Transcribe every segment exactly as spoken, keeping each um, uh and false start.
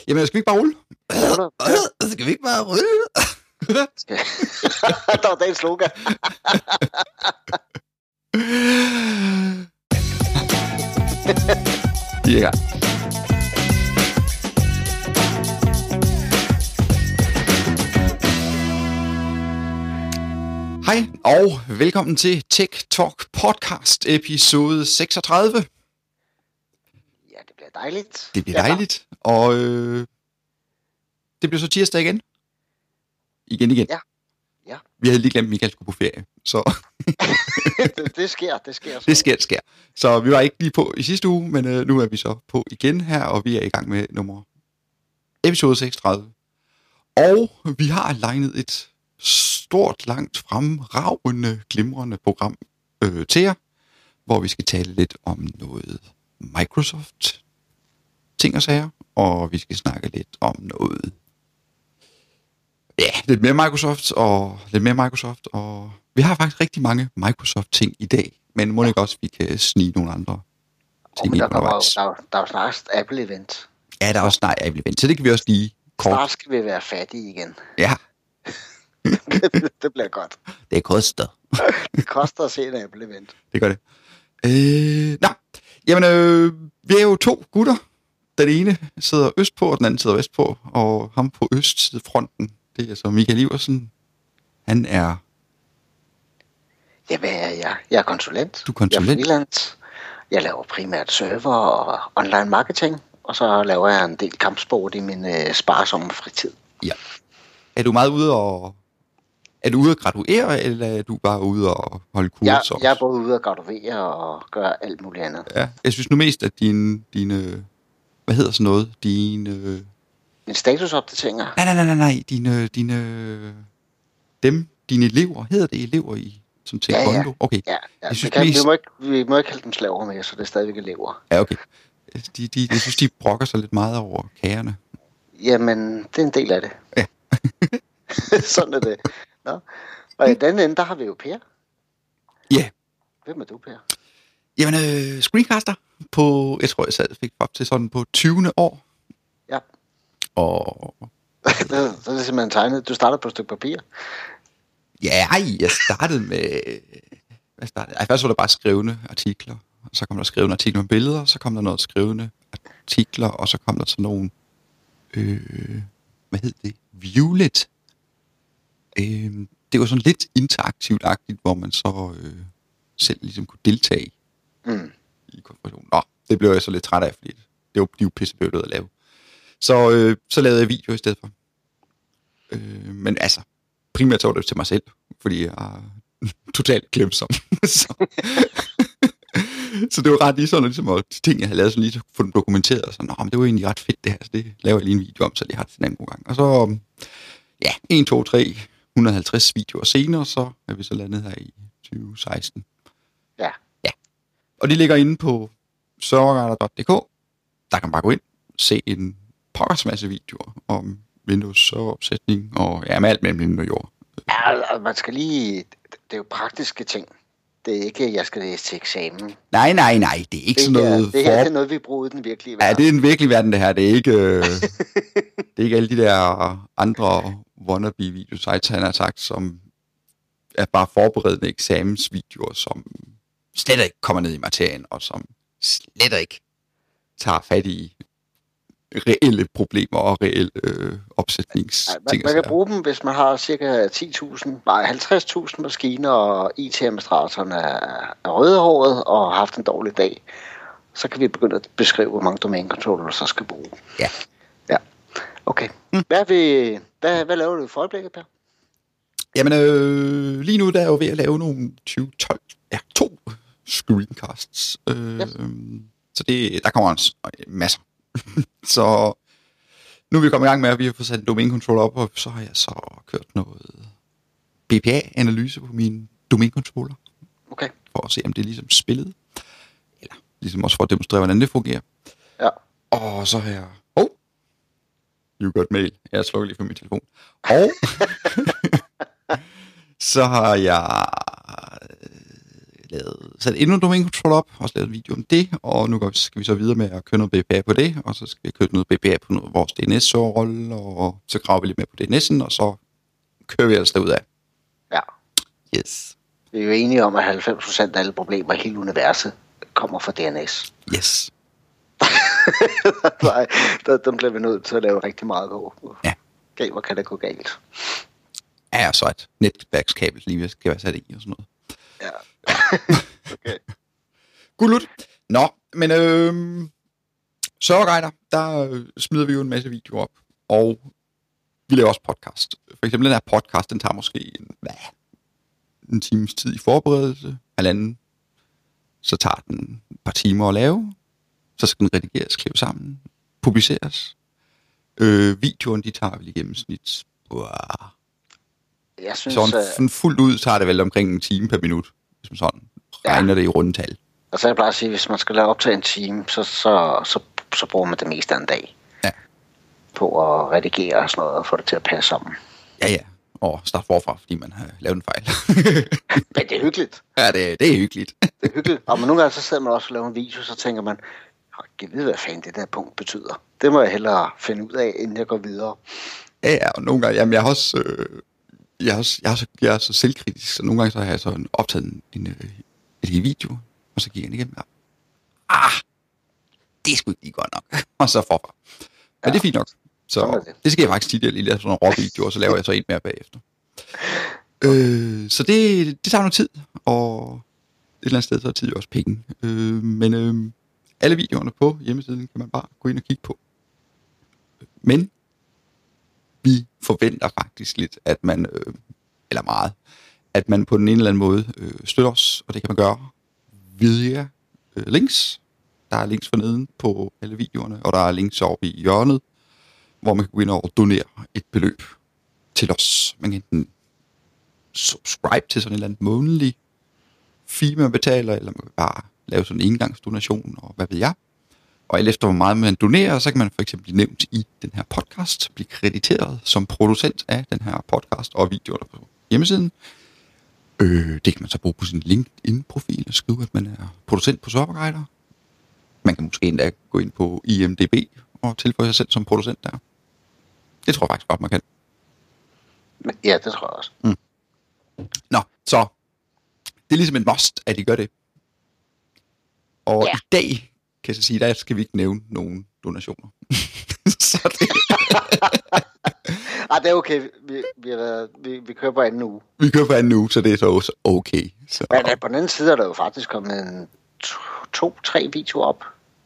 Jamen, skal vi ikke bare rulle? Ja. Skal vi ikke bare rulle? Der var dagens slogan. Vi er i gang. Hej og velkommen til Tech Talk Podcast episode seksogtredive. Ja, det bliver dejligt. Det bliver dejligt, og øh, det bliver så tirsdag igen. Igen igen. Ja. Ja. Vi havde lige glemt, at Michael skulle på ferie, så det, det sker, det sker. Så. det sker, det sker. Så vi var ikke lige på i sidste uge, men øh, nu er vi så på igen her, og vi er i gang med nummer episode seksogtredive. Og vi har legnet et stort, langt fremragende, glimrende program øh, til jer, hvor vi skal tale lidt om noget Microsoft ting og sager, og vi skal snakke lidt om noget, ja, lidt mere Microsoft, og lidt mere Microsoft, og vi har faktisk rigtig mange Microsoft ting i dag, men må ikke også, vi kan snige nogle andre ting oh, i der, kommer, undervejs. der, der er jo snart Apple-event. Ja, der er også snart Apple-event, så det kan vi også lige kort. Snart skal vi være fattige igen. Ja. det, det bliver godt. Det koster. Det koster at se en Apple-event. Det gør det. Øh, nej, jamen øh, vi er jo to gutter. Den ene sidder østpå, og den anden sidder vestpå. Og ham på østsidefronten, det er så Michael Iversen. Han er... Ja, hvad er jeg? Jeg er konsulent. Du er konsulent. Jeg er freelance. Jeg laver primært server og online marketing. Og så laver jeg en del kampsport i min øh, sparsomme fritid. Ja. Er du meget ude og... Er du ude at graduere, eller er du bare ude og holde kurser? Jeg, jeg er både ude at graduere og gøre alt muligt andet. Ja, jeg synes nu mest, at dine... dine hvad hedder sådan noget? Dine... Min statusopdateringer? Nej, nej, nej, nej, nej. Dine... dine dem, dine elever. Hedder det elever i... Som taekwondo? Ja, ja. Okay. Ja, ja. Jeg synes, vi, kan, mest... vi, må ikke, vi må ikke kalde dem slaver mere, så det er stadigvæk elever. Ja, okay. De, de, jeg synes, de brokker sig lidt meget over kagerne. Jamen, det er en del af det. Ja. Sådan er det. Nå. Og i den ende, der har vi jo Per. Ja. Yeah. Hvem er du, Per? Jamen, øh, screencaster på, jeg tror, jeg sad fik op til sådan på tyvende år. Ja. Og... så er det simpelthen tegnet. Du startede på et stykke papir. Ja, ej, jeg startede med... Hvad startede? Ej, først var der bare skrivende artikler. Og så kom der skrivende artikler med billeder. Så kom der noget skrivende artikler. Og så kom der sådan nogle... Øh, hvad hed det? Viewlet. Øh, det var sådan lidt interaktivt-agtigt, hvor man så øh, selv ligesom kunne deltage mm. i konferencen. Nå, det blev jeg så lidt træt af, fordi det var, de var pissebøvlet at lave. Så, øh, så lavede jeg video i stedet for. Øh, men altså, primært så var det til mig selv, fordi jeg er totalt glemsom. så, så det var ret lige sådan, ligesom, at de ting, jeg havde lavet, sådan lige så få dem dokumenteret, og sådan, nå, men det var egentlig ret fedt det her, så det laver jeg lige en video om, så det har det til en anden god gang. Og så, ja, en, to, tre, et hundrede og halvtreds videoer senere, så er vi så landet her i tyve seksten. Ja. Ja. Og de ligger inde på serverguider punktum d k. Der kan man bare gå ind, se en pokkers masse videoer om Windows serveropsætning, og ja, med alt mellem himmel og jord. Ja, man skal lige... Det er jo praktiske ting. Det er ikke, jeg skal læse til eksamen. Nej, nej, nej, det er ikke det sådan noget... Er, det her for... det er noget, vi bruger i den virkelige verden. Ja, det er den virkelige verden, det her. Det er ikke, øh, det er ikke alle de der andre wannabe-videosites, han har sagt, som er bare forberedende eksamensvideoer, som slet ikke kommer ned i materien, og som slet ikke tager fat i reelle problemer og reelle øh, opsætningsting. Man, man kan bruge dem, hvis man har cirka ti tusind, nej halvtreds tusind maskiner, og I T-administratoren er, er rødhåret og har haft en dårlig dag. Så kan vi begynde at beskrive, hvor mange domænekontroller du så skal bruge. Ja. Ja. Okay. Mm. Hvad, vil, hvad, hvad laver du for øjeblikket, Per? Jamen, øh, lige nu der er jeg jo ved at lave nogle tyve tolv, ja, to screencasts. Øh, yes. Så det, der kommer en masser. Så nu er vi kommet i gang med, at vi har fået sat en domænekontroller op, og så har jeg så kørt noget B P A-analyse på min domænekontroller. Okay. For at se, om det er ligesom spillet. Eller ligesom også for at demonstrere, hvordan det fungerer. Ja. Og så har jeg... Oh! You got mail. Jeg slukker lige for min telefon. Og... så har jeg lavet, sat endnu en domænekontroller op, også lavet en video om det, og nu skal vi så videre med at køre noget B P A på det, og så skal vi køre noget B P A på noget, vores D N S-rolle, og så graver vi lidt mere på D N S'en, og så kører vi altså derudad. Ja. Yes. Vi er jo enige om, at halvfems procent af alle problemer i hele universet kommer fra D N S. Yes. Nej, den bliver vi nødt til at lave rigtig meget på. Ja. Galt, hvor kan det gå galt? Ja, så et netværkskabel lige skal være sat i og sådan noget. Ja. Okay. Gulut. Nå, men øh, Serverguider, der øh, smider vi jo en masse videoer op, og vi laver også podcast. For eksempel den her podcast, den tager måske en, hvad, en times tid i forberedelse, halvanden. Så tager den et par timer at lave, så skal den redigeres, klippes sammen, publiceres. Øh, videoen, de tager vel i gennemsnit. Wow. Jeg synes, sådan, at... sådan fuldt ud tager det vel omkring en time per minut, hvis man sådan regner ja. det i rundetal. Altså jeg plejer at sige, at hvis man skal lave op til en time, så, så, så, så bruger man det meste af en dag ja. på at redigere og sådan noget, og få det til at passe sammen. Ja, ja. Og starte forfra, fordi man har lavet en fejl. Men det er hyggeligt. Ja, det, det er hyggeligt. Det er hyggeligt. Og men nogle gange så sidder man også og laver en video, så tænker man, jeg ved, hvad fanden det der punkt betyder. Det må jeg hellere finde ud af, inden jeg går videre. Ja, ja, og nogle gange, jamen jeg har også, øh, jeg er også, jeg er så, jeg er så selvkritisk, så nogle gange så har jeg så optaget en, en, en video, og så gik jeg igennem, ah, det er sgu ikke lige godt nok, og så forfra. Men ja, det er fint nok, så det. det skal jeg faktisk tit, jeg lige lave sådan en råvideo, og så laver jeg så en mere bagefter. Øh, så det, det tager noget tid, og et eller andet sted, så er tid også penge. Øh, men øh, alle videoerne på hjemmesiden kan man bare gå ind og kigge på. Men vi forventer faktisk lidt, at man, øh, eller meget, at man på den ene eller anden måde øh, støtter os, og det kan man gøre via øh, links. Der er links forneden på alle videoerne, og der er links oppe i hjørnet, hvor man kan gå ind og donere et beløb til os. Man kan enten subscribe til sådan en eller anden månedlig fee, man betaler, eller man kan bare lave sådan en engangsdonation, og hvad ved jeg. Og alt efter hvor meget man donerer, så kan man for eksempel blive nævnt i den her podcast, blive krediteret som producent af den her podcast og videoer på hjemmesiden. Øh, det kan man så bruge på sin LinkedIn-profil og skrive, at man er producent på Serverguider. Man kan måske endda gå ind på I M D B og tilføje sig selv som producent der. Det tror jeg faktisk godt, man kan. Ja, det tror jeg også. Mm. Nå, så det er ligesom et must, at I gør det. Og ja. I dag, kan jeg så sige, der skal vi ikke nævne nogen donationer. Så det... Ej, det er okay. Vi, vi, har, vi, vi kører på anden uge. Vi kører på anden uge, så det er så også okay. Så... Men på den anden side er der jo faktisk kommet en to-tre to, videoer op.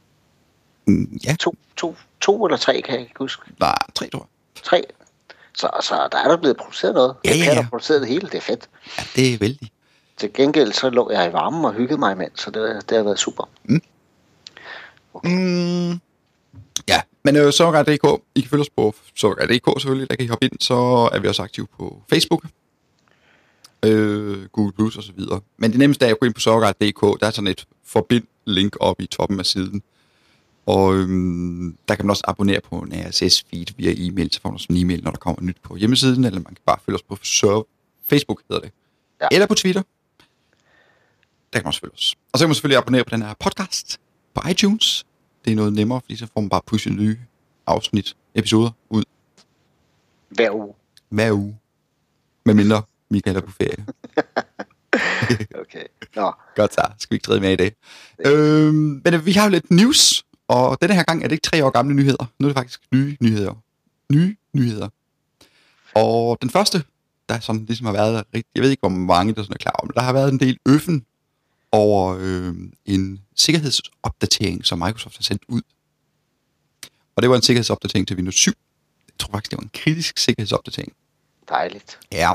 Mm, ja. To, to, to eller tre, kan jeg ikke huske. Nej, tre, tror jeg. Tre. Så, så der er der blevet produceret noget. Ja, ja, ja. Jeg har produceret det hele, det er fedt. Ja, det er vældig. Til gengæld så lå jeg i varmen og hyggede mig imens, så det, det har været super. Mm. Okay. Mm. Ja, men øh, Serverguider punktum d k, I kan følge os på Serverguider punktum d k selvfølgelig, der kan I hoppe ind, så er vi også aktive på Facebook, øh, Google Plus og så videre. Men det nemmeste er at gå ind på Serverguider punktum d k, der er sådan et forbind link oppe i toppen af siden. Og øhm, der kan man også abonnere på en R S S-feed via e-mail, så får man også en e-mail, når der kommer nyt på hjemmesiden, eller man kan bare følge os på server. Facebook hedder det. Ja. Eller på Twitter. Der kan man også følge os. Og så kan man selvfølgelig abonnere på den her podcast på iTunes. Det er noget nemmere, fordi så får man bare pushet nye afsnit, episoder ud. Hver uge. Hver uge. Med mindre Michael er på ferie. Okay. Nå. Godt så, skal vi ikke træde med i dag. Øhm, men vi har jo lidt news, og denne her gang er det ikke tre år gamle nyheder. Nu er det faktisk nye nyheder. Nye nyheder. Og den første, der sådan ligesom har været rigtig, jeg ved ikke, hvor mange der sådan er klar over, men der har været en del øffen over øh, en sikkerhedsopdatering, som Microsoft har sendt ud. Og det var en sikkerhedsopdatering til Windows syv. Jeg tror faktisk, det var en kritisk sikkerhedsopdatering. Dejligt. Ja.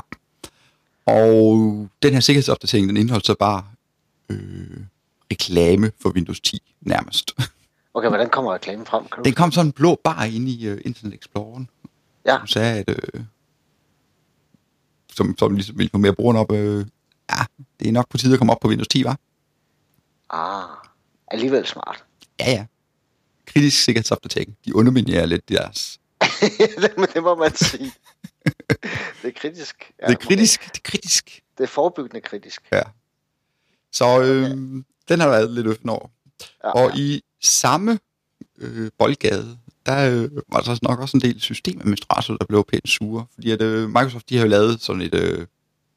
Og den her sikkerhedsopdatering, den indeholdt så bare øh, reklame for Windows ti nærmest. Okay, hvordan kommer reklamen frem? Kan den kom sådan en blå bar ind i uh, Internet Exploreren. Ja. Som sagde, at øh, som, som ligesom ville få mere brugerne op. Øh, ja, det er nok på tide at komme op på Windows ti, var? Ah, alligevel smart. Ja, ja. Kritisk sikkerhedsopdatering. De underminerer lidt deres... det, det må man sige. Det er kritisk. Ja, det er kritisk. Det er kritisk. Det er forebyggende kritisk. Ja. Så øh, den har været lidt øffen over. Ja, Og ja. i samme øh, boldgade, der øh, var der nok også en del systemadministratorer, der blev pænt sure. Fordi at øh, Microsoft, de har jo lavet sådan et... Øh,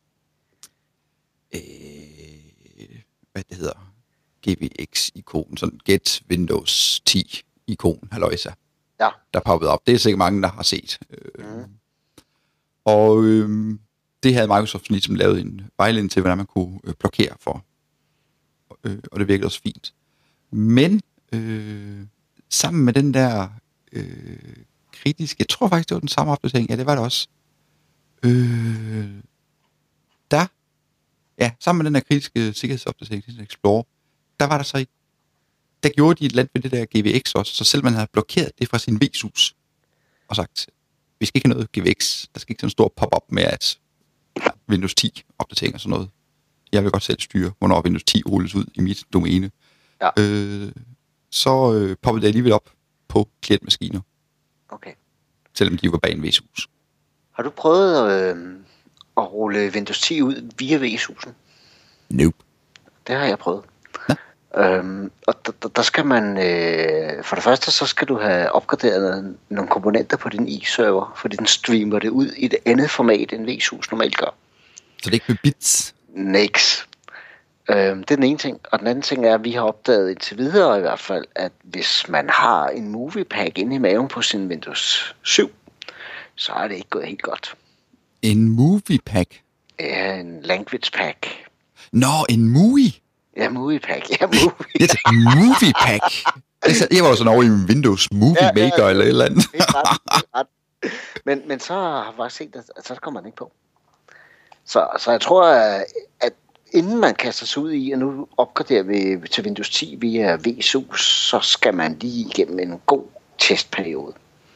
øh, hvad det hedder? G V X-ikon, sådan Get Windows ti-ikon, halløjsa, Ja. der poppede op. Det er sikkert mange, der har set. Øh, Mm. Og øh, det havde Microsoft ligesom lavet en vejledning til, hvordan man kunne øh, blokere for. Øh, og det virkede også fint. Men øh, sammen med den der øh, kritiske, jeg tror faktisk, det var den samme opdatering, ja, det var det også. Øh, der, ja, sammen med den der kritiske sikkerhedsopdatering til Explorer, der var der så ikke, der gjorde de et eller andet ved det der G V X også, så selv man havde blokeret det fra sin vSUS, og sagt, vi skal ikke have noget G V X, der skal ikke sådan en stor pop-up med, at ja, Windows ti opdatering og sådan noget. Jeg vil godt selv styre, hvornår Windows ti rulles ud i mit domæne. Ja. Øh, så øh, poppede det alligevel op på klientmaskiner, Okay. selvom de var bag en vSUS. Har du prøvet øh, at rulle Windows ti ud via vSUS'en? Nope. Det har jeg prøvet. Ja. Øhm, og der, der skal man, øh, for det første, så skal du have opgraderet nogle komponenter på din i-server, fordi den streamer det ud i et andet format, end vSUS normalt gør. Så det er ikke med bits? Niks. Øhm, det er den ene ting. Og den anden ting er, at vi har opdaget indtil videre i hvert fald, at hvis man har en movie pack inde i maven på sin Windows syv, så er det ikke gået helt godt. En movie pack? Ja, en language pack. Nå, en movie? Ja, movie pack. Ja, movie. Det er en movie pack. Jeg var jo sådan over i en Windows Movie Ja, ja, Maker eller et eller andet. Det er ret, det er ret. Men, men så har jeg faktisk set, at så kommer den ikke på. Så, så jeg tror, at inden man kaster sig ud i, at nu opgraderer vi til Windows ti via vSUS, så skal man lige igennem en god testperiode.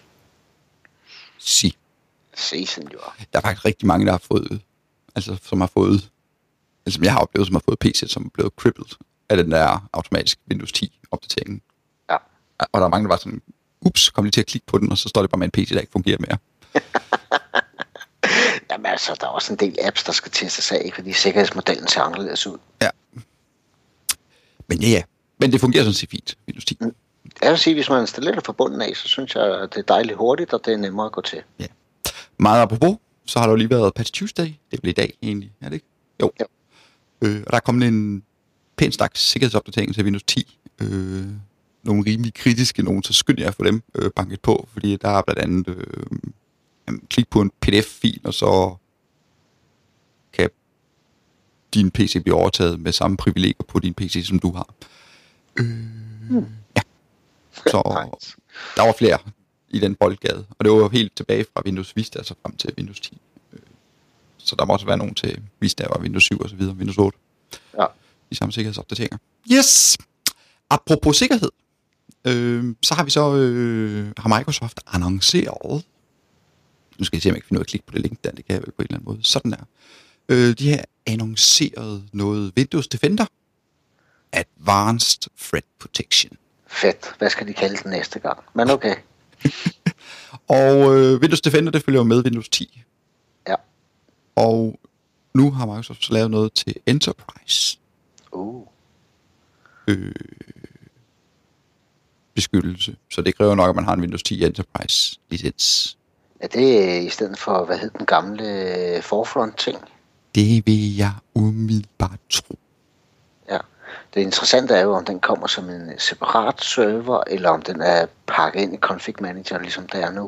Sig. Se, senor. Der er faktisk rigtig mange, der har fået, altså som har fået, altså som jeg har oplevet, som har fået P C'er, som er blevet crippled af den der automatiske Windows ti opdatering. Ja. Og der er mange, der var sådan, ups, kom lige til at klikke på den, og så står det bare med en P C, der ikke fungerer mere. Jamen altså, der er også en del apps, der skal testes af, fordi sikkerhedsmodellen ser anderledes ud. Ja. Men ja, ja. Men det fungerer sådan set fint, Windows ti. Mm. Jeg vil sige, hvis man installerer det fra bunden af, så synes jeg, at det er dejligt hurtigt, og det er nemmere at gå til. Ja. Meget apropos, så har der jo lige været Patch Tuesday. Det er vel i dag egentlig, er det ikke? Jo. Jo. Øh, og der er kommet en pæn slags sikkerhedsopdatering til Windows ti. Øh, nogle rimelig kritiske, nogle, så skynd jer for dem øh, banket på, fordi der er blandt andet øh, jamen, klik på en P D F-fil, og så kan din P C blive overtaget med samme privilegier på din P C, som du har. Øh, hmm. Ja. Så der var flere i den boldgade, og det var jo helt tilbage fra Windows Vista så frem til Windows ti. Så der må også være nogen til Vista og Windows syv og så videre, Windows otte. Ja. De samme sikkerhedsopdateringer. Yes! Apropos sikkerhed, øh, så har vi så, øh, har Microsoft annonceret, nu skal jeg se, om jeg kan finde ud af at klikke på det link der, det kan jeg vel på en eller anden måde, sådan der. Øh, de har annonceret noget Windows Defender, Advanced Threat Protection. Fedt. Hvad skal de kalde den næste gang? Men okay. Og øh, Windows Defender, det følger jo med Windows ti. Ja. Og nu har Microsoft så lavet noget til Enterprise. Uh. Øh, beskyttelse. Så det kræver nok, at man har en Windows ti Enterprise licens. Ja, det er i stedet for, hvad hed den gamle Forefront-ting? Det vil jeg umiddelbart tro. Ja. Det interessante er jo, om den kommer som en separat server, eller om den er pakket ind i Config Manager, ligesom det er nu.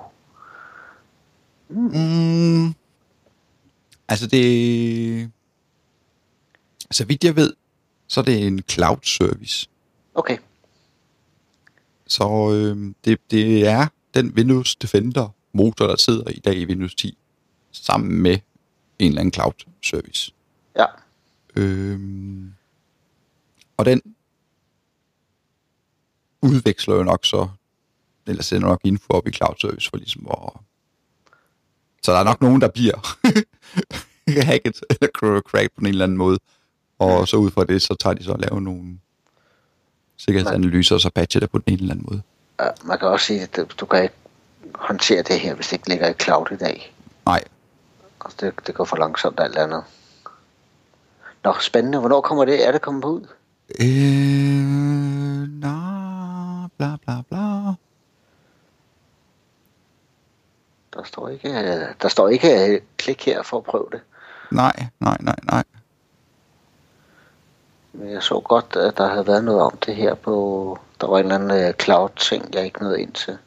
Mm. Altså det... Så vidt jeg ved, så er det en cloud service. Okay. Så øh, det, det er den Windows Defender motor, der sidder i dag i Windows ti, sammen med en eller anden cloud service. Ja. Øhm, og den udveksler jo nok så, eller sender nok info op i cloud service for ligesom at... Så der er nok nogen, der bliver hacket eller cracked på en eller anden måde. Og så ud fra det, så tager de så og laver nogle sikkerhedsanalyser, og så patcher det på den eller anden måde. Ja, man kan også sige, at du kan ikke håndtere det her, hvis det ikke ligger i cloud i dag. Nej. Altså det, det går for langsomt alt andet. Nå, spændende. Hvornår kommer det? Er det kommet ud? Øh, nej, bla bla bla. Der står ikke, der står ikke klik her for at prøve det. Nej, nej, nej, nej. Men jeg så godt, at der havde været noget om det her på... Der var en eller anden cloud-ting, jeg ikke nåede ind til.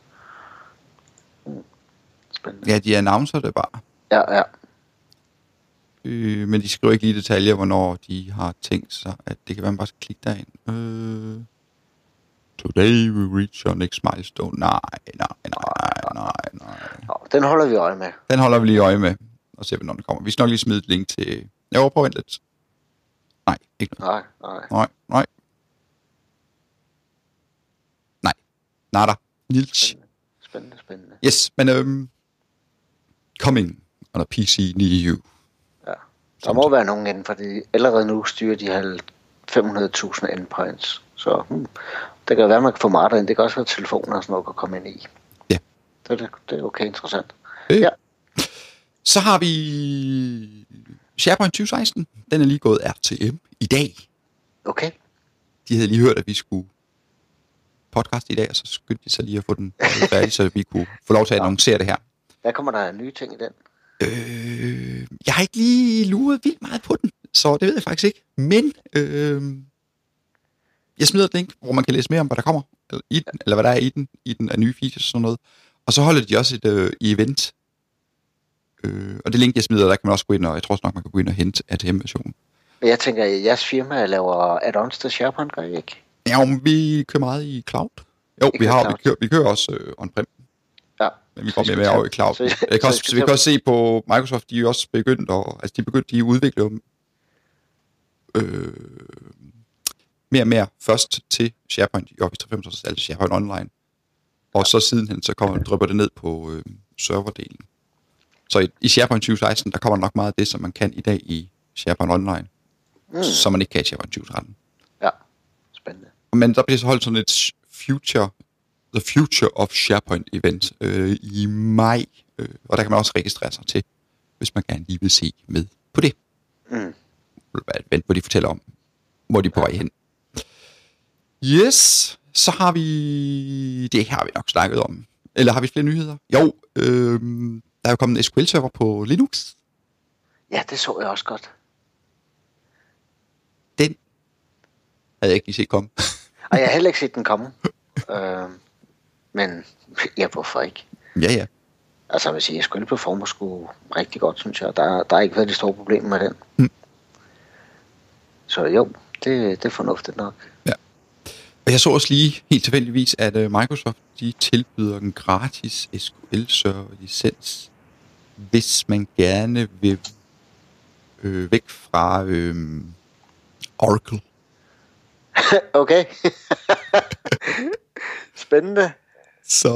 Spændende. Ja, de annoncer det bare. Ja, ja. Øh, men de skriver ikke lige detaljer, hvornår de har tænkt sig, at det kan være, man bare skal klikke derind. Øh, Today we reach our next milestone. Nej, nej, nej, nej, nej. Nå, den holder vi øje med. Den holder vi lige øje med, og ser, hvornår den kommer. Vi skal nok lige smide et link til... Jeg var på vent lidt. Nej, ikke noget. Nej, nej. Nej, nej. Nej, nada. Nilch. Spændende, spændende, spændende. Yes, men øhm, coming on a P C near you. Ja, der må være nogen inden, fordi allerede nu styrer de fem hundrede tusind endpoints. Så hmm, det kan være, at man kan få marter ind. Det kan også være telefoner og sådan noget, kan komme ind i. Ja. Det, det, det er okay interessant. Øh. Ja. Så har vi SharePoint tyve seksten. Den er lige gået R T M i dag. Okay. De havde lige hørt, at vi skulle podcast i dag, og så skyndte de så lige at få den færdig, så vi kunne få lov til at annoncere det her. Hvad kommer der af nye ting i den? Øh, jeg har ikke lige luret vildt meget på den, så det ved jeg faktisk ikke. Men øh, jeg smider et link, hvor man kan læse mere om, hvad der kommer eller, i den, eller hvad der er i den, i den af nye features og sådan noget. Og så holder de også et øh, event. Øh, og det link, jeg smider, der kan man også gå ind, og jeg tror også nok, man kan gå ind og hente A T M-versionen. Jeg tænker, at jeres firma laver add-ons til SharePoint, gør I ikke? Ja, men vi kører meget i cloud. Jo, vi, har, vi, kører, vi kører også øh, on-prem. Ja. Men vi går mere med over i cloud. Så, jeg kan også, så vi kan også se på Microsoft, de er også begyndt at, altså de er begyndt, de udvikler øh, mere og mere først til SharePoint i Office tre hundrede og femogtres, altså SharePoint Online. Og så sidenhen, så kommer, drypper det ned på øh, serverdelen. Så i, i SharePoint tyve seksten, der kommer nok meget af det, som man kan i dag i SharePoint Online, mm. som man ikke kan i SharePoint tyve tretten. Ja, spændende. Men der bliver så holdt sådan et future, The Future of SharePoint event øh, i maj, øh, og der kan man også registrere sig til, hvis man gerne lige vil se med på det. Mm. Vent, hvor de fortæller om, hvor de er på vej hen. Yes, så har vi, det har vi nok snakket om. Eller har vi flere nyheder? Jo, øh, der er jo kommet en S Q L-server på Linux. Ja, det så jeg også godt. Den havde jeg ikke lige set komme. Og jeg har heller ikke set den komme. øh, men ja, hvorfor ikke? Ja, ja. Altså, jeg vil sige, S Q L performer sgu rigtig godt, synes jeg. Der, der har ikke været de store problemer med den. Hmm. Så jo, det, det er fornuftigt nok. Ja. Og jeg så også lige helt tilfældigvis, at uh, Microsoft, de tilbyder en gratis S Q L-server licens, hvis man gerne vil øh, væk fra øh, Oracle. Okay. Spændende. Så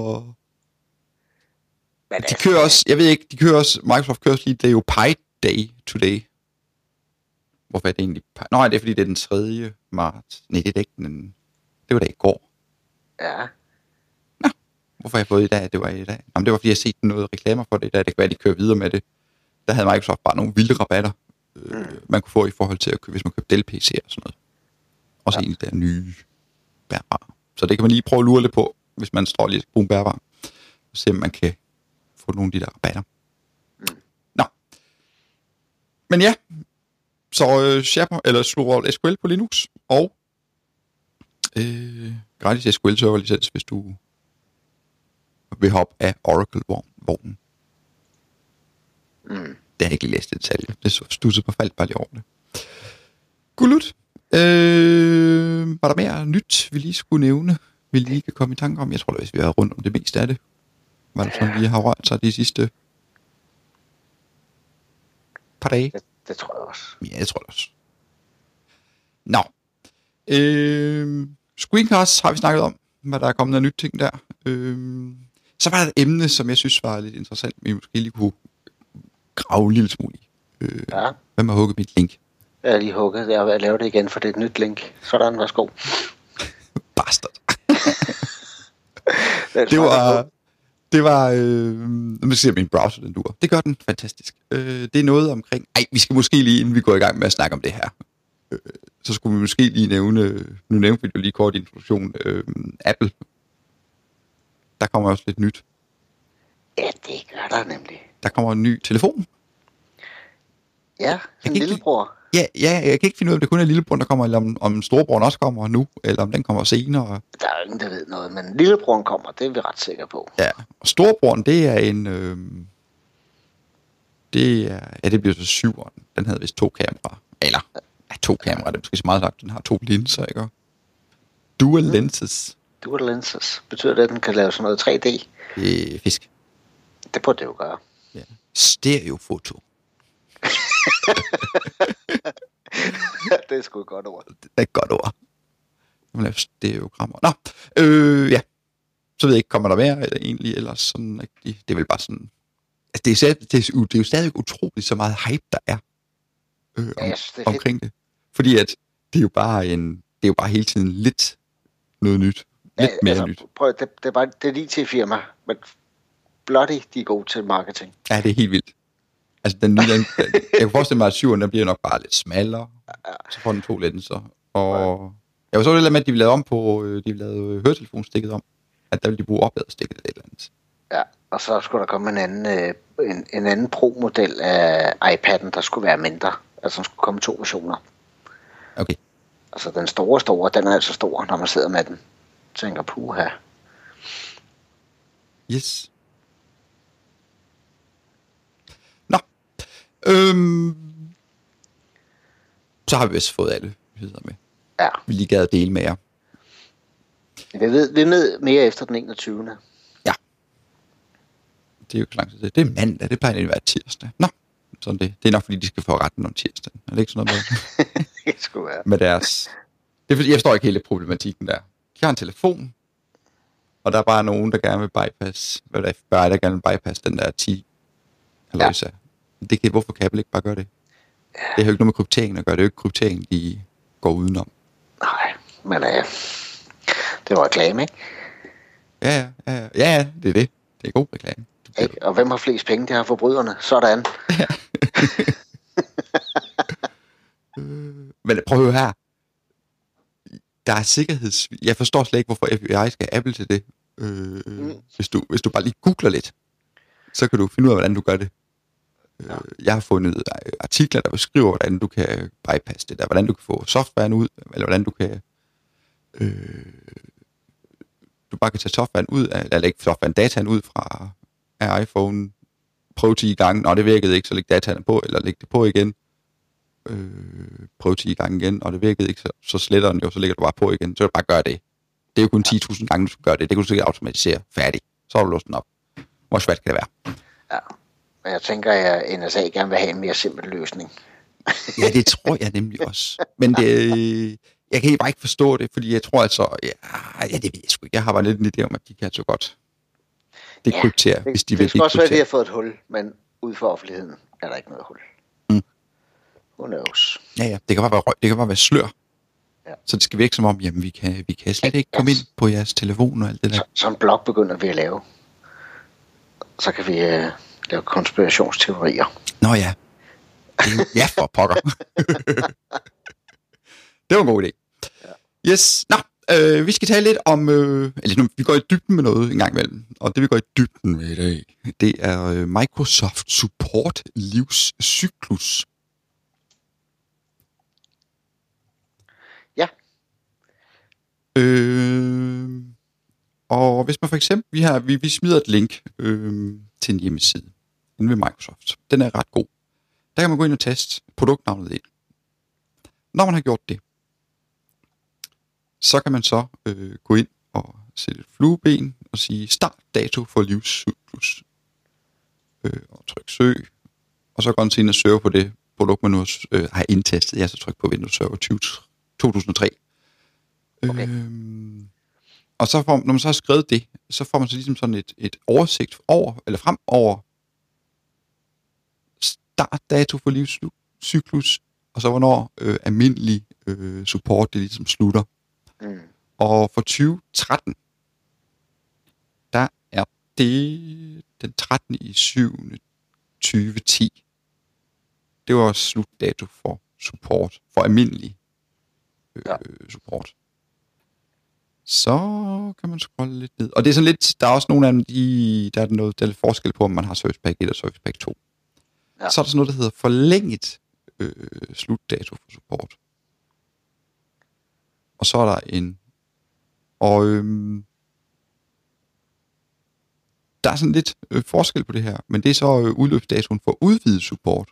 Men de kører også, jeg ved ikke, de kører også, Microsoft kører også lige, det er jo Pi Day today. Hvorfor er det egentlig Pi? Nå, det er fordi, det er den tredje marts. Nej, det er ikke den, det var da i går. Ja. Nå, hvorfor har jeg fået i dag, det var i dag? Jamen, det var fordi, jeg har set noget reklamer for det i dag. Det kan være, de kører videre med det. Der havde Microsoft bare nogle vilde rabatter, øh, mm. man kunne få i forhold til, at købe, hvis man købte Dell-P C'er og sådan noget. Også ja. En af de nye bærbare. Så det kan man lige prøve at lure lidt på, hvis man står lige og skal bruge en bærbar. Og se, om man kan få nogle af de der rabatter. Mm. Nå. Men ja. Så øh, SharePoint, eller slår S Q L på Linux. Og øh, gratis S Q L server licens, hvis du vil hoppe af Oracle-vognen. Mm. Det har jeg ikke læst i detalje. Det studsede på faldt bare lige over det. Gulut. Øh, var der mere nyt, vi lige skulle nævne, vi lige kan komme i tanke om? Jeg tror da, hvis vi har rundt om det meste af det, var det sådan, vi har rørt sig de sidste par dage. Det, det tror jeg også. Ja, jeg tror det også. Nå. Øh, screencasts har vi snakket om, hvad der er kommet af nyt ting der. Øh, så var der et emne, som jeg synes var lidt interessant, vi måske lige kunne grave en lille smule i. Øh, ja. Hvem har hugget mit link? Jeg har lige hugget. Jeg vil lave det igen, for det er et nyt link. Sådan, værsgo. Bastard. det var Det var... Øh, nu skal jeg se, om min browser den duer. Det gør den fantastisk. Øh, det er noget omkring... Ej, vi skal måske lige, inden vi går i gang med at snakke om det her, øh, så skulle vi måske lige nævne... Nu nævnte vi jo lige kort introduktion. Øh, Apple. Der kommer også lidt nyt. Ja, det gør der nemlig. Der kommer en ny telefon. Ja, en lillebror. Ja, ja, jeg kan ikke finde ud af, om det kun er lillebror, der kommer, eller om, om storebroren også kommer nu, eller om den kommer senere. Der er jo ingen, der ved noget, men lillebroren kommer, det er vi ret sikre på. Ja, og storebroren, det er en... Øh, det er... Ja, det bliver så syveren. Den havde vist to kameraer. Eller, ja, to kameraer, det er måske så meget sagt. Den har to linser, ikke? Dual mm. lenses. Dual lenses. Betyder det, at den kan lave sådan noget tre D? Øh, fisk. Det burde det jo gøre. Ja. Stereofoto. Det er sgu et godt ord. Det er et godt ord. Man laver stereogrammer. Nå, øh, ja. Så ved jeg ikke, kommer der mere eller egentlig, ellers sådan rigtig. Det er vel bare sådan... Altså, det er, stadig, det, er, det er jo stadig utroligt, så meget hype, der er, øh, om, yes, det er omkring det. Fordi at det er jo bare en... Det er jo bare hele tiden lidt noget nyt. Lidt ja, mere altså, nyt. Prøv, det, det, er bare, det er lige til firma, men bloody, de er gode til marketing. Ja, det er helt vildt. Altså, den nye... Den, jeg kan forestille mig, at syveren, den bliver nok bare lidt smallere. Ja. Så får den to linser. Og... Ja. Jeg var så lidt med, at de ville lave om på... De ville lave høretelefonsstikket om. At der ville de bruge opladerstikket eller et eller andet. Ja, og så skulle der komme en anden, øh, en, en anden Pro-model af iPad'en, der skulle være mindre. Altså, der skulle komme to versioner. Okay. Altså, den store, store, den er altså stor, når man sidder med den. Tænker, puha. Yes. Nå. Øhm. Så har vi vist fået alle nyheder med. Ja. Vi lige gad at dele med jer. Vi ved, vi ved mere efter den enogtyvende Ja. Det er jo ikke så lang tid. Det er mandag, det plejer at være tirsdag. Nå, sådan det. Det er nok fordi, de skal få retten om tirsdagen. Er det ikke sådan noget med? Det skulle være. Med deres... Det er fordi, jeg forstår ikke hele problematikken der. De har en telefon, og der er bare nogen, der gerne vil bypass, hvad der er, der gerne vil bypass den der ti. Ja. Det kan, hvorfor kan Apple ikke bare gøre det? Ja. Det har jo ikke noget med krypteringen at gøre. Det er jo ikke krypteringen, de går udenom. Nej, men øh, det var reklame, ikke? Ja, ja, ja, ja, det er det. Det er god reklame. Ikke? Og hvem har flest penge? Det har forbryderne. Sådan. Ja. Men prøv at høre her. Der er sikkerheds... Jeg forstår slet ikke, hvorfor F B I skal Apple til det. Øh, mm. hvis, du, hvis du bare lige googler lidt, så kan du finde ud af, hvordan du gør det. Ja. Øh, jeg har fundet artikler, der beskriver, hvordan du kan bypasse det der. Hvordan du kan få softwaren ud, eller hvordan du kan... Øh, du bare kan tage softwaren ud, eller ikke softwaren, dataen ud fra af iPhone, prøv ti gange, nå det virkede ikke, så læg dataen på, eller læg det på igen, øh, prøv ti gange igen, og det virkede ikke, så, så sletter den jo, så lægger du bare på igen, så kan du bare gøre det. Det er jo kun ti tusind gange, du skal gøre det, det kan du sikkert automatisere, færdig, så har du låst den op. Hvor svært kan det være? Ja, men jeg tænker, at N S A gerne vil have en mere simpel løsning. Ja, det tror jeg nemlig også, men det... Jeg kan bare ikke forstå det, fordi jeg tror altså, ja, ja det ved jeg sgu ikke. Jeg har bare lidt en idé om, at de kan så godt dekryptere, ja, hvis de det, vil det skal også være, at de har fået et hul, men ud for offentligheden er der ikke noget hul. Mm. Who knows? Ja, ja, det kan bare være røg, det kan bare være slør. Ja. Så det skal virke som om, jamen vi kan, vi kan slet ikke komme ind på jeres telefon og alt det der. Så, så en blog begynder vi at lave. Så kan vi uh, lave konspirationsteorier. Nå ja. Ja, for pokker. Det var en god idé. Ja. Yes. Nå, øh, vi skal tale lidt om... Øh, eller nu, vi går i dybden med noget en gang imellem. Og det vi går i dybden med i dag, det er øh, Microsoft Support livscyklus. Ja. Øh, og hvis man for eksempel... Vi, har, vi, vi smider et link øh, til en hjemmeside inde ved Microsoft. Den er ret god. Der kan man gå ind og teste produktnavnet ind. Når man har gjort det, så kan man så øh, gå ind og sætte et flueben og sige start dato for livscyklus. Øh, og tryk søg. Og så går man ind og søge på det produkt, man nu øh, har indtastet. Jeg så tryk på Windows Server tyve, to tusind og tre. Okay. Øh, og så får, når man så har skrevet det, så får man så ligesom sådan et, et oversigt over, eller frem over start dato for livscyklus, og så hvornår øh, almindelig øh, support det ligesom slutter. Mm. Og for tyve tretten, der er det den trettende i syvende tyve ti. Det var slutdato for support, for almindelig øh, ja. support. Så kan man scrolle lidt ned. Og det er sådan lidt, der er også nogle af dem, de, der er noget, der er lidt forskel på, om man har Service Pack et og Service Pack to. Ja. Så er der sådan noget, der hedder forlænget øh, slutdato for support. Og så er der en... Og øhm, der er sådan lidt øh, forskel på det her, men det er så øh, udløbsdatoen for udvidet support.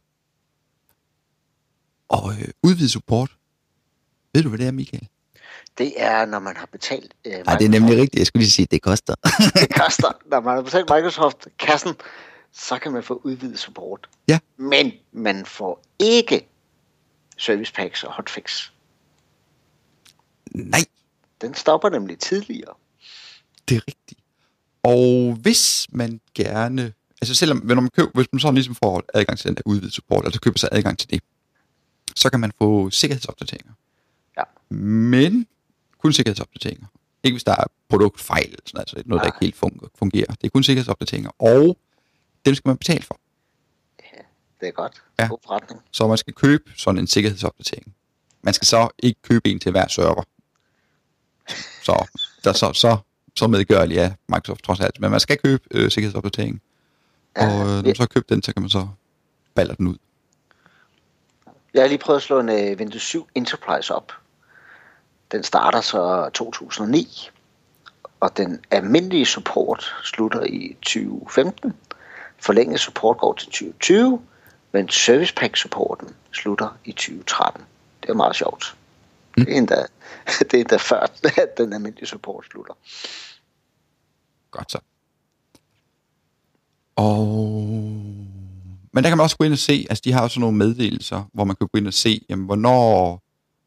Og øh, udvidet support, ved du, hvad det er, Michael? Det er, når man har betalt... Øh, Nej, det er nemlig rigtigt. Jeg skulle lige sige, at det koster. Det koster. Når man har betalt Microsoft-kassen, så kan man få udvidet support. Ja. Men man får ikke service packs og hotfix. Nej. Den stopper nemlig tidligere. Det er rigtigt. Og hvis man gerne... Altså selvom når man køber, hvis man så ligesom får adgang til den der udvidet support, altså køber sig adgang til det, så kan man få sikkerhedsopdateringer. Ja. Men kun sikkerhedsopdateringer. Ikke hvis der er produktfejl, eller sådan, altså noget, der ikke helt fungerer. Det er kun sikkerhedsopdateringer, og dem skal man betale for. Ja, det er godt. Ja. God forretning. Så man skal købe sådan en sikkerhedsopdatering. Man skal så ikke købe en til hver server. Så der så, så, så medgørligt er Microsoft trods alt. Men man skal købe øh, sikkerhedsopdateringen. Ja, og øh, når man så har købt den, så kan man så baller den ud. Jeg har lige prøvet at slå en uh, Windows syv Enterprise op. Den starter så to tusind og ni, og den almindelige support slutter i tyve femten. Forlænget support går til tyve tyve, men Service Pack supporten slutter i tyve tretten. Det er meget sjovt. Mm. Det er endda, det er endda før den almindelige support slutter. Godt så. Og... Men der kan man også gå ind og se, altså de har også nogle meddelelser, hvor man kan gå ind og se, jamen, hvornår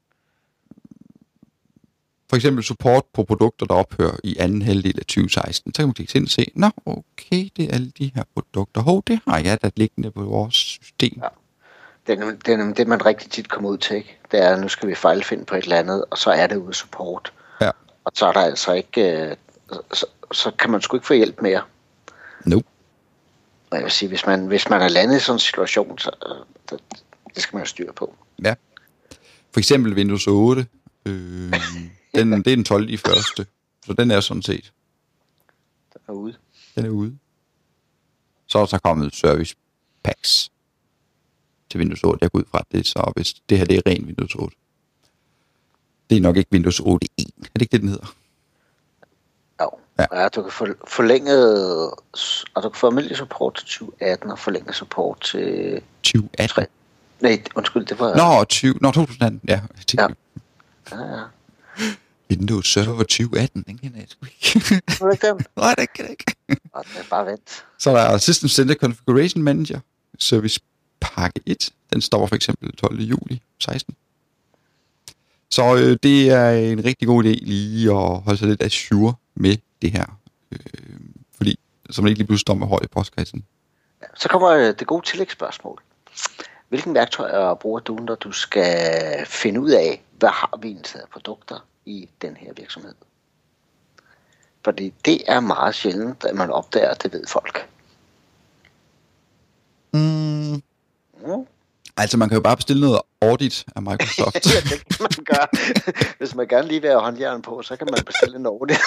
for eksempel support på produkter, der ophører i anden halvdel af tyve seksten. Så kan man klikke ind og se, nå okay, det er alle de her produkter. Hov, det har jeg da liggende på vores system. Ja. Det er, det er det, man rigtig tit kommer ud til, ikke? Det er, nu skal vi fejlfinde på et eller andet, og så er det ude support. Ja. Og så er der altså ikke, så, så kan man sgu ikke få hjælp mere. Nope. Jeg vil sige, hvis man, hvis man er landet i sådan en situation, så det, det skal man jo styre på. Ja. For eksempel Windows otte. Øh, den, det er den tolvte i første. Så den er sådan set. Den er ude. Den er ude. Så er der så kommet service packs til Windows otte. Jeg går ud fra, at det er så, hvis det her det er ren Windows otte. Det er nok ikke Windows otte en. Er det ikke det, den hedder? Jo. Ja. Ja, du kan få forlænget, og du kan få almindelig support til tyve atten og forlænget support til tyve atten? tre. Nej, undskyld, det var... Nå, tyve, nå to tusind atten, ja. Ja. Ja, ja. Windows Server tyve atten, den kender jeg sgu ikke. Var det ikke den? Nej, det kan jeg ikke. Og det er bare vent. Så der er System Center Configuration Manager, Service Pakke et. Den stopper for eksempel tolvte juli seksten. Så øh, det er en rigtig god idé lige at holde sig lidt ajour med det her. Øh, fordi, så man ikke lige pludselig står med hold i postkassen. Ja, så kommer det gode tillægsspørgsmål. Hvilken værktøjer bruger du, når du skal finde ud af, hvad har vi egentlig af produkter i den her virksomhed? Fordi det er meget sjældent, at man opdager, at det ved folk. Mm. Mm. Altså, man kan jo bare bestille noget audit af Microsoft. Ja, det kan man gøre. Hvis man gerne lige vil have håndjern på, så kan man bestille en audit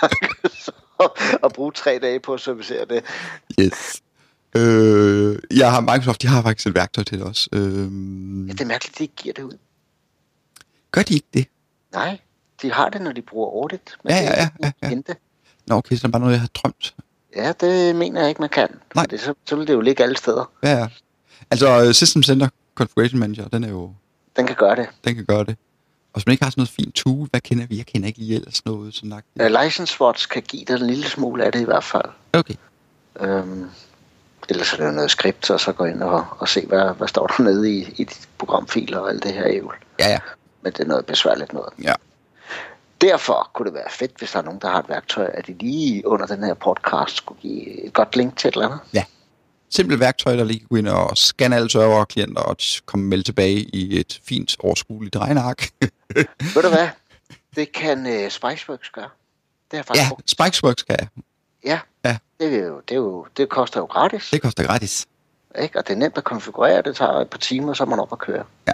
og bruge tre dage på at servicere det. Yes. Øh, jeg har Microsoft, de har faktisk et værktøj til det også. Øh, ja, det er mærkeligt, de ikke giver det ud. Gør de ikke det? Nej, de har det, når de bruger audit. Men ja, ja, ja, ja, ja. Nå, okay, så er det bare noget, jeg har drømt. Ja, det mener jeg ikke, man kan. Nej. Det, så, så vil det jo ligge alle steder. Ja, ja. Altså, System Center Configuration Manager, den er jo... Den kan gøre det. Den kan gøre det. Og hvis man ikke har sådan noget fint tool, hvad kender vi? Jeg kender ikke lige ellers noget sådan nok. Uh, License Watch kan give dig en lille smule af det i hvert fald. Okay. Øhm, ellers er det jo noget skript, og så gå ind og, og se, hvad, hvad står der nede i, i dit programfiler og alt det her ævl. Ja, ja. Men det er noget besværligt noget. Ja. Derfor kunne det være fedt, hvis der er nogen, der har et værktøj, at de lige under den her podcast skulle give et godt link til et eller andet. Ja. Simpelt værktøj, der lige kan gå ind og scanne alle server og klienter og komme melde tilbage i et fint overskueligt regneark. Ved du hvad? Det kan uh, Spiceworks gøre. Det er faktisk ja, brugt. Spiceworks kan jeg. Ja. Ja. Det, er jo, det, er jo, det koster jo gratis. Det koster gratis. Ikke? Og det er nemt at konfigurere. Det tager et par timer, så er man op og køre. Ja.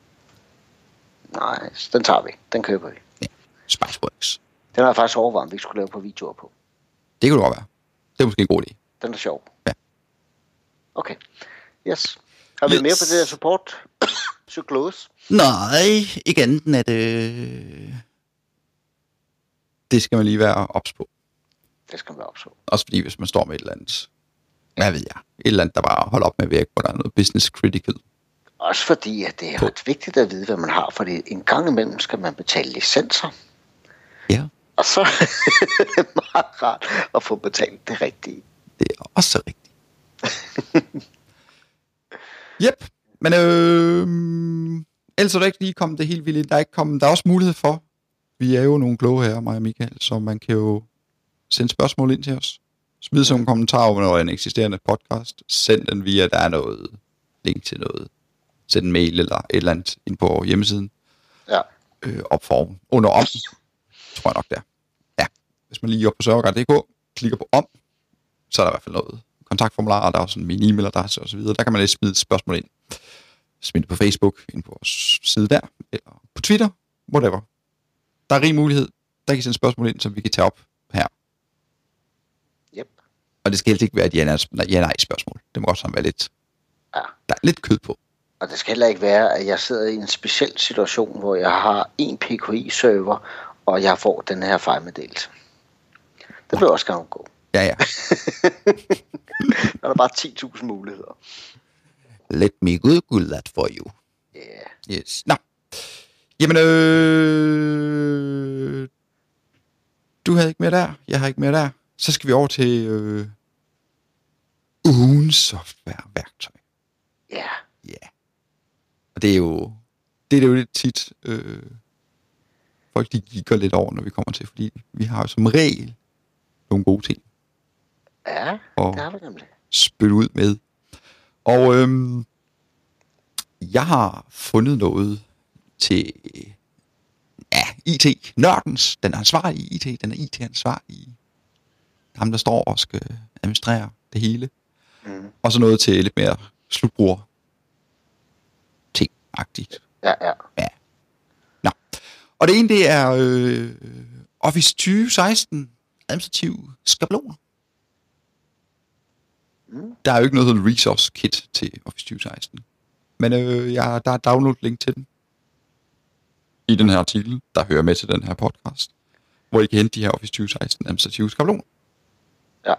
Nej, den tager vi. Den køber vi. Ja, Spiceworks. Den har jeg faktisk overvejet, om vi ikke skulle lave på videoer på. Det kunne det godt være. Det er måske en god idé. Den er sjov. Ja. Okay. Yes. Har vi yes. mere på det der support? Cyklose? Nej, ikke andet end at... Øh... Det skal man lige være ops på. Det skal man være ops på. Også fordi, hvis man står med et eller andet... Hvad ved jeg? Et eller andet, der bare holder op med at virke, hvor der er noget business critical. Også fordi, at det er ret vigtigt at vide, hvad man har. For en gang imellem skal man betale licenser. Ja. Og så er det meget rart at få betalt det rigtige. Det er også rigtigt. Yep. Men øh, ellers er der ikke lige kommet det helt vildt. Der er ikke kommet. Der er også mulighed for, vi er jo nogle kloge her, mig og Michael, så man kan jo sende spørgsmål ind til os. Smid som en kommentar over en eksisterende podcast. Send den via, der er noget link til noget. Send en mail eller et eller andet ind på hjemmesiden. Ja. Øh, op for under om. Tror jeg nok der. Ja. Hvis man lige er oppe på serverguide punktum d k, klikker på om, så er der i hvert fald noget kontaktformular, og der er også en min e-mailadresse og så videre. Der kan man lige smide spørgsmål ind. Smid det på Facebook, ind på vores side der, eller på Twitter, whatever. Der er rig mulighed. Der kan I sende spørgsmål ind, som vi kan tage op her. Yep. Og det skal helst ikke være et ja-nej spørgsmål. Det må også være lidt, ja. Der er lidt kød på. Og det skal heller ikke være, at jeg sidder i en speciel situation, hvor jeg har en P K I-server, og jeg får den her fejlmeddelelse. Det vil også gerne gå. Ja, ja. Der er bare ti tusind muligheder. Let me google that for you. Yeah. Yes. Nå. Jamen, øh... du havde ikke mere der. Jeg har ikke mere der. Så skal vi over til øh... ugens softwareværktøj. Ja. Yeah. Ja. Yeah. Og det er jo... Det er jo lidt tit... Øh... Folk de kigger lidt over, når vi kommer til, fordi vi har jo som regel nogle gode ting. Ja, og det har vi nemlig. Spytte ud med. Og øhm, jeg har fundet noget til ja, I T-nørdens. Den er ansvarlig i I T. Den er I T-ansvarlig. Ham, der står og skal administrere det hele. Mm. Og så noget til lidt mere slutbruger ting-agtigt. Ja, ja. Ja. Nå. Og det ene, det er øh, Office tyve seksten administrative skabeloner. Mm. Der er jo ikke noget, der hedder resource kit til Office tyve seksten. Men øh, ja, der er download-link til den. I den her artikel, der hører med til den her podcast. Hvor I kan hente de her Office tyve seksten administrative skabeloner. Ja.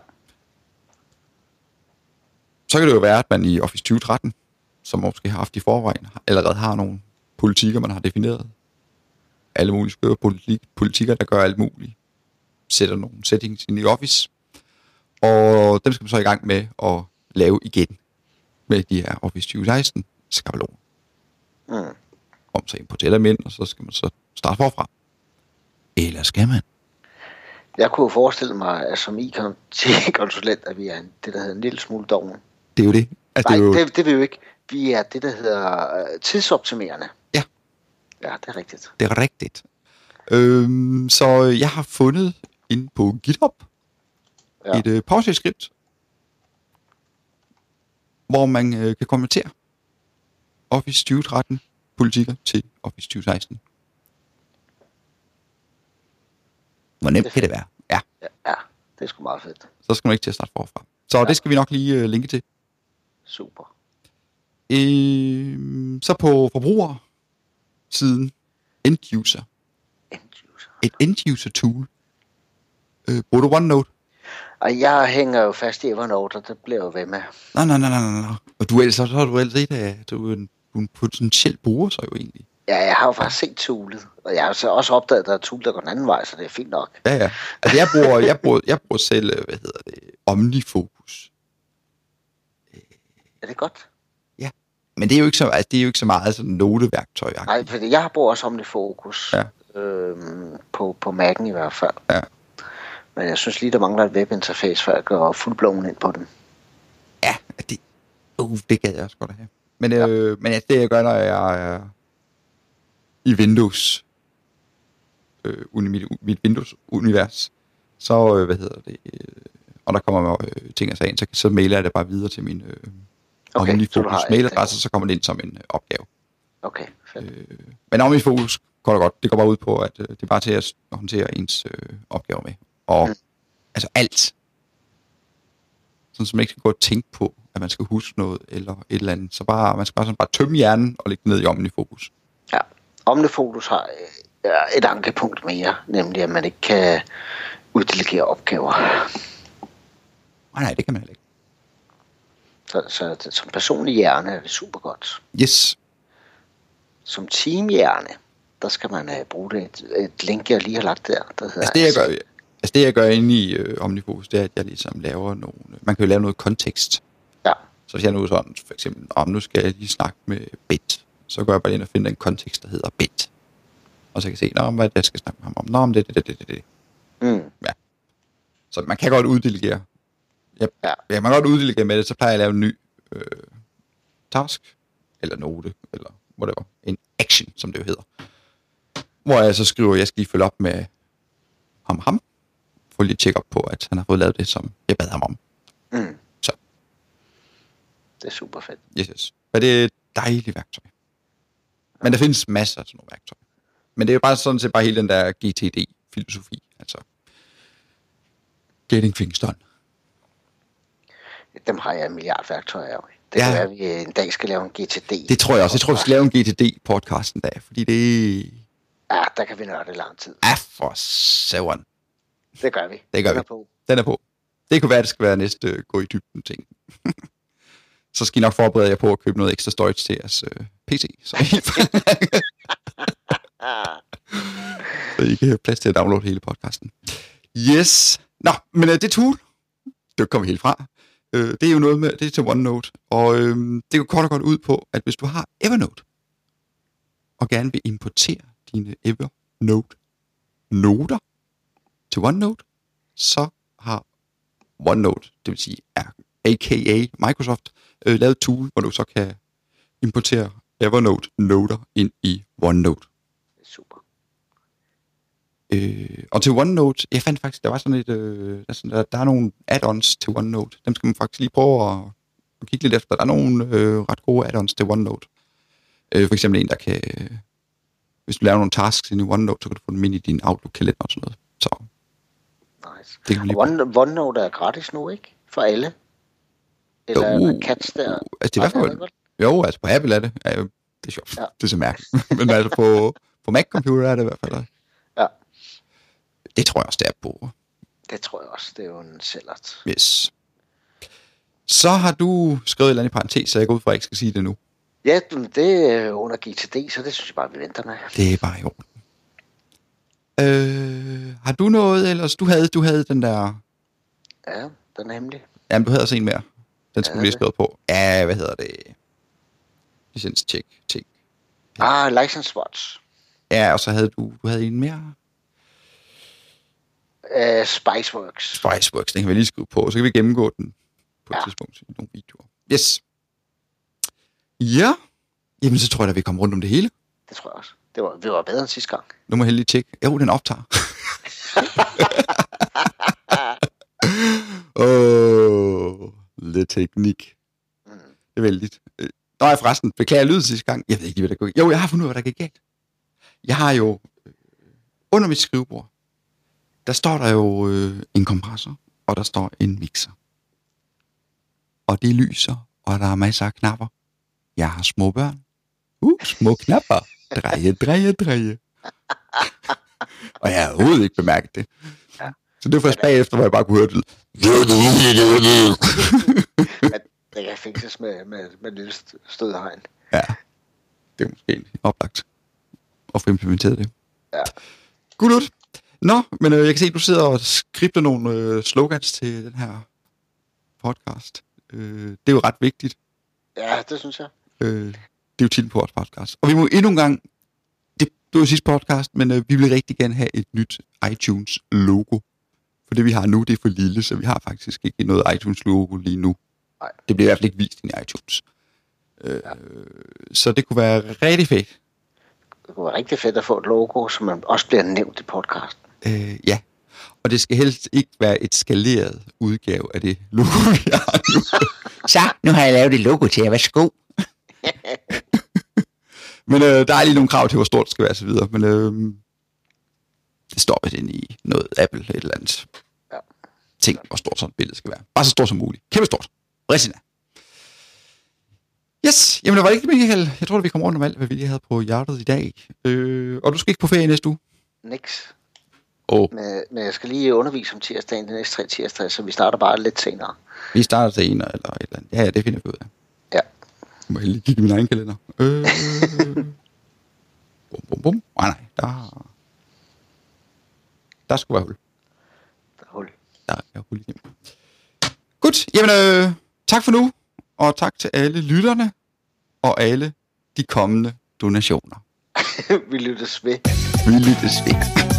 Så kan det jo være, at man i Office tyve tretten, som man måske har haft i forvejen, allerede har nogle politikker, man har defineret. Alle mulige skøre politikker, der gør alt muligt. Sætter nogle settings ind i Office. Og dem skal man så i gang med at lave igen. Med de her Office tyve seksten skabeloner. Mm. Om så importerer dem ind, og så skal man så starte forfra. Eller skal man? Jeg kunne forestille mig, at som I T-konsulent, at vi er det, der hedder en lille smule doven. Det er jo det. Altså, Nej, det er jo... det, det er vi jo ikke. Vi er det, der hedder tidsoptimerende. Ja. Ja, det er rigtigt. Det er rigtigt. Øhm, så jeg har fundet inde på GitHub ja. et uh, PowerShell-skript, hvor man uh, kan konvertere Office tyve tretten politikker til Office tyve seksten. Hvor nemt det kan det være? Ja. ja. Ja, det er sgu meget fedt. Så skal man ikke til at starte forfra. Så ja. Det skal vi nok lige uh, linke til. Super. Øhm, så på forbrugersiden, end-user. End-user. Et end-user tool. Øh, bruger du OneNote? Og jeg hænger jo fast i Evernote, og det bliver jo ved med. Nej, nej, nej, nej, nej. Og du er ellers, så har du ellers et af, du er en, en potentiel bruger så jo egentlig. Ja, jeg har jo faktisk set toolet, og jeg har så også opdaget, at der er et tool, der går den anden vej, så det er fint nok. Ja, ja. Altså, jeg bruger, jeg bruger, jeg bruger selv, hvad hedder det, OmniFocus. Er det godt? Ja, men det er jo ikke så, altså, det er jo ikke så meget sådan noteværktøj. Nej, for jeg bruger også OmniFocus. Ja. Øhm, på, på Mac'en i hvert fald. Ja. Men jeg synes lige, der mangler et webinterface, før jeg går fuldblåen ind på den. Ja, det, uh, det gad jeg også godt at have. Men, ja. øh, men ja, det jeg gør, når jeg er i Windows, øh, mit, mit Windows-univers, så, øh, hvad hedder det, øh, og der kommer øh, ting og sagen, så, så mailer jeg det bare videre til min øh, Okay, OmniFocus mailadresse, så kommer det ind som en øh, opgave. Okay, fedt. Øh, men OmniFocus går godt. Det går bare ud på, at øh, det er bare til at håndtere ens øh, opgaver med. Og mm. altså alt. Sådan, så man ikke skal gå og tænke på, at man skal huske noget, eller et eller andet. Så bare, man skal bare, sådan, bare tømme hjernen og lægge det ned i OmniFocus. Ja, OmniFocus har øh, et ankepunkt mere, nemlig at man ikke kan uddelegere opgaver. Nej, nej, det kan man heller ikke. Så, så det, som personlig hjerne er det super godt. Yes. Som teamhjerne, der skal man uh, bruge det, et, et link, jeg lige har lagt der, der hedder... Altså det, jeg gør, altså, det, jeg gør inde i øh, OmniFocus, det er, at jeg ligesom laver nogle... Man kan jo lave noget kontekst. Ja. Så hvis jeg nu sådan, for eksempel, om nu skal jeg lige snakke med Bent, så går jeg bare ind og finder en kontekst, der hedder Bent. Og så kan jeg se, nå, hvad jeg skal snakke med ham om. Nå, om det, det, det, det, det, det. Mm. Ja. Så man kan godt uddelegere. Jeg, ja. ja, man kan godt uddelegere med det, så plejer jeg at lave en ny øh, task, eller note, eller whatever. En action, som det jo hedder. Hvor jeg så skriver, at jeg skal lige følge op med ham ham, for lige at tjekke op på, at han har fået lavet det, som jeg bad ham om. Mm. Så. Det er super fedt. Yes, yes. Og det er et dejligt værktøj. Men der findes masser af sådan nogle værktøjer. Men det er jo bare sådan set bare hele den der G T D-filosofi. Altså, getting things done. Dem har jeg en milliard værktøjer af. Det ja. kan være, at vi en dag skal lave en G T D. Det tror jeg også. Jeg tror, vi skal lave en G T D-podcast en dag, fordi det... Ja, der kan vi nørde det lang tid. Ja, for søren. Det gør vi. Det gør Den vi. er på. Den er på. Det kunne være, at det skal være næste uh, gå i dybden ting. Så skal I nok forberede jer på at købe noget ekstra storage til jeres uh, P C. Så I, så I kan have plads til at downloade hele podcasten. Yes. Nå, men uh, det tool, det kommer helt fra. Uh, det er jo noget med, det er til OneNote. Og uh, det går kort og godt ud på, at hvis du har Evernote, og gerne vil importere dine Evernote-noter til OneNote, så har OneNote, det vil sige A K A Microsoft, øh, lavet et tool, hvor du så kan importere Evernote-noter ind i OneNote. Super. Øh, og til OneNote, jeg fandt faktisk, der var sådan et, øh, der, er sådan, der, der er nogle add-ons til OneNote. Dem skal man faktisk lige prøve at, at kigge lidt efter. Der er nogle øh, ret gode add-ons til OneNote. Øh, for eksempel en, der kan... Øh, hvis du laver nogle tasks ind i OneNote, så kan du få dem ind i din Outlook-kalender og sådan noget. Så nice. det kan og One, OneNote er gratis nu, ikke? For alle? Eller jo, er der Cats der? Altså, det er i hvert fald... Jo, altså på Apple er det. Ja, det er sjovt. Ja. Det er så mærkeligt. Men altså på, på Mac-computer er det i hvert fald. Ja. Det tror jeg også, det er på. Det tror jeg også. Det er jo en sælgert. Yes. Så har du skrevet et eller andet i parentes, så jeg går ud fra, at jeg ikke skal sige det nu. Ja, det er under G T D, så det synes jeg bare, vi venter med. Det er bare i orden. Øh, har du noget ellers? Du havde, du havde den der... Ja, den er hemmelig. Jamen, du havde også en mere. Den skulle ja, du lige skrive på. Ja, hvad hedder det? Licens check. check. Ja. Ah, license watch. Ja, og så havde du, du havde en mere... Uh, Spiceworks. Spiceworks, den kan vi lige skrive på, så kan vi gennemgå den på et ja. tidspunkt i nogle videoer. Yes. Ja. Jamen, så tror jeg, at vi kommer rundt om det hele. Det tror jeg også. Det var, det var bedre end sidste gang. Nu må jeg lige tjekke. Jo, den optager. Åh, oh, lidt teknik. Mm. Det er vældigt. Nå, jeg forresten, beklager lyden sidste gang. Jeg ved ikke lige, hvad der går. Jo, jeg har fundet ud af, hvad der gik galt. Jeg har jo, under mit skrivebord, der står der jo øh, en kompressor, og der står en mixer. Og det lyser, og der er masser af knapper. Jeg har små børn. Uh, små knapper. Dreje, dreje, dreje. Og jeg har overhovedet ikke bemærket det. Ja. Så det var først bagefter, hvor jeg bare kunne høre det. Det kan fikses med, med, med lille stødhegn. Ja, det er måske oplagt at få implementeret det. Ja. Godt. Nå, men øh, jeg kan se, at du sidder og skripter nogle øh, slogans til den her podcast. Øh, det er jo ret vigtigt. Ja, det synes jeg. Øh, det er jo titlen på vores podcast. Og vi må endnu en gang, det blev jo sidste podcast, men øh, vi vil rigtig gerne have et nyt iTunes-logo. For det vi har nu, det er for lille, så vi har faktisk ikke noget iTunes-logo lige nu. Nej. Det bliver i hvert fald ikke vist i iTunes. Øh, ja. Så det kunne være rigtig fedt. Det kunne være rigtig fedt at få et logo, så man også bliver nævnt i podcasten. Øh, ja. Og det skal helst ikke være et skaleret udgave af det logo, vi har nu. Så, nu har jeg lavet et logo til jer. Værsgo. Men øh, der er lige nogle krav til, hvor stort det skal være, og så videre. Men øh, det står vist inde i noget Apple, et eller andet. Ja. Ting, hvor stort sådan et billede skal være. Bare så stort som muligt. Kæmpe stort. Resina. Yes, jamen det var ikke det, Michael. Jeg tror, at vi kommer rundt om alt, hvad vi lige havde på hjertet i dag. Øh, og du skal ikke på ferie næste uge? Niks. Oh. Men, men jeg skal lige undervise om tirsdagen, de næste tre tirsdage, så vi starter bare lidt senere. Vi starter senere, eller et eller andet. Ja, ja, det finder vi ud af. Ja. Jeg må lige kigge i min egen kalender. Øh... bum, bum, bum. Nej, nej, der... Der skulle være hul. Der er hul. Der er hul igennem. Godt, jamen øh, tak for nu. Og tak til alle lytterne og alle de kommende donationer. Vi lyttes ved. Vi lyttes ved.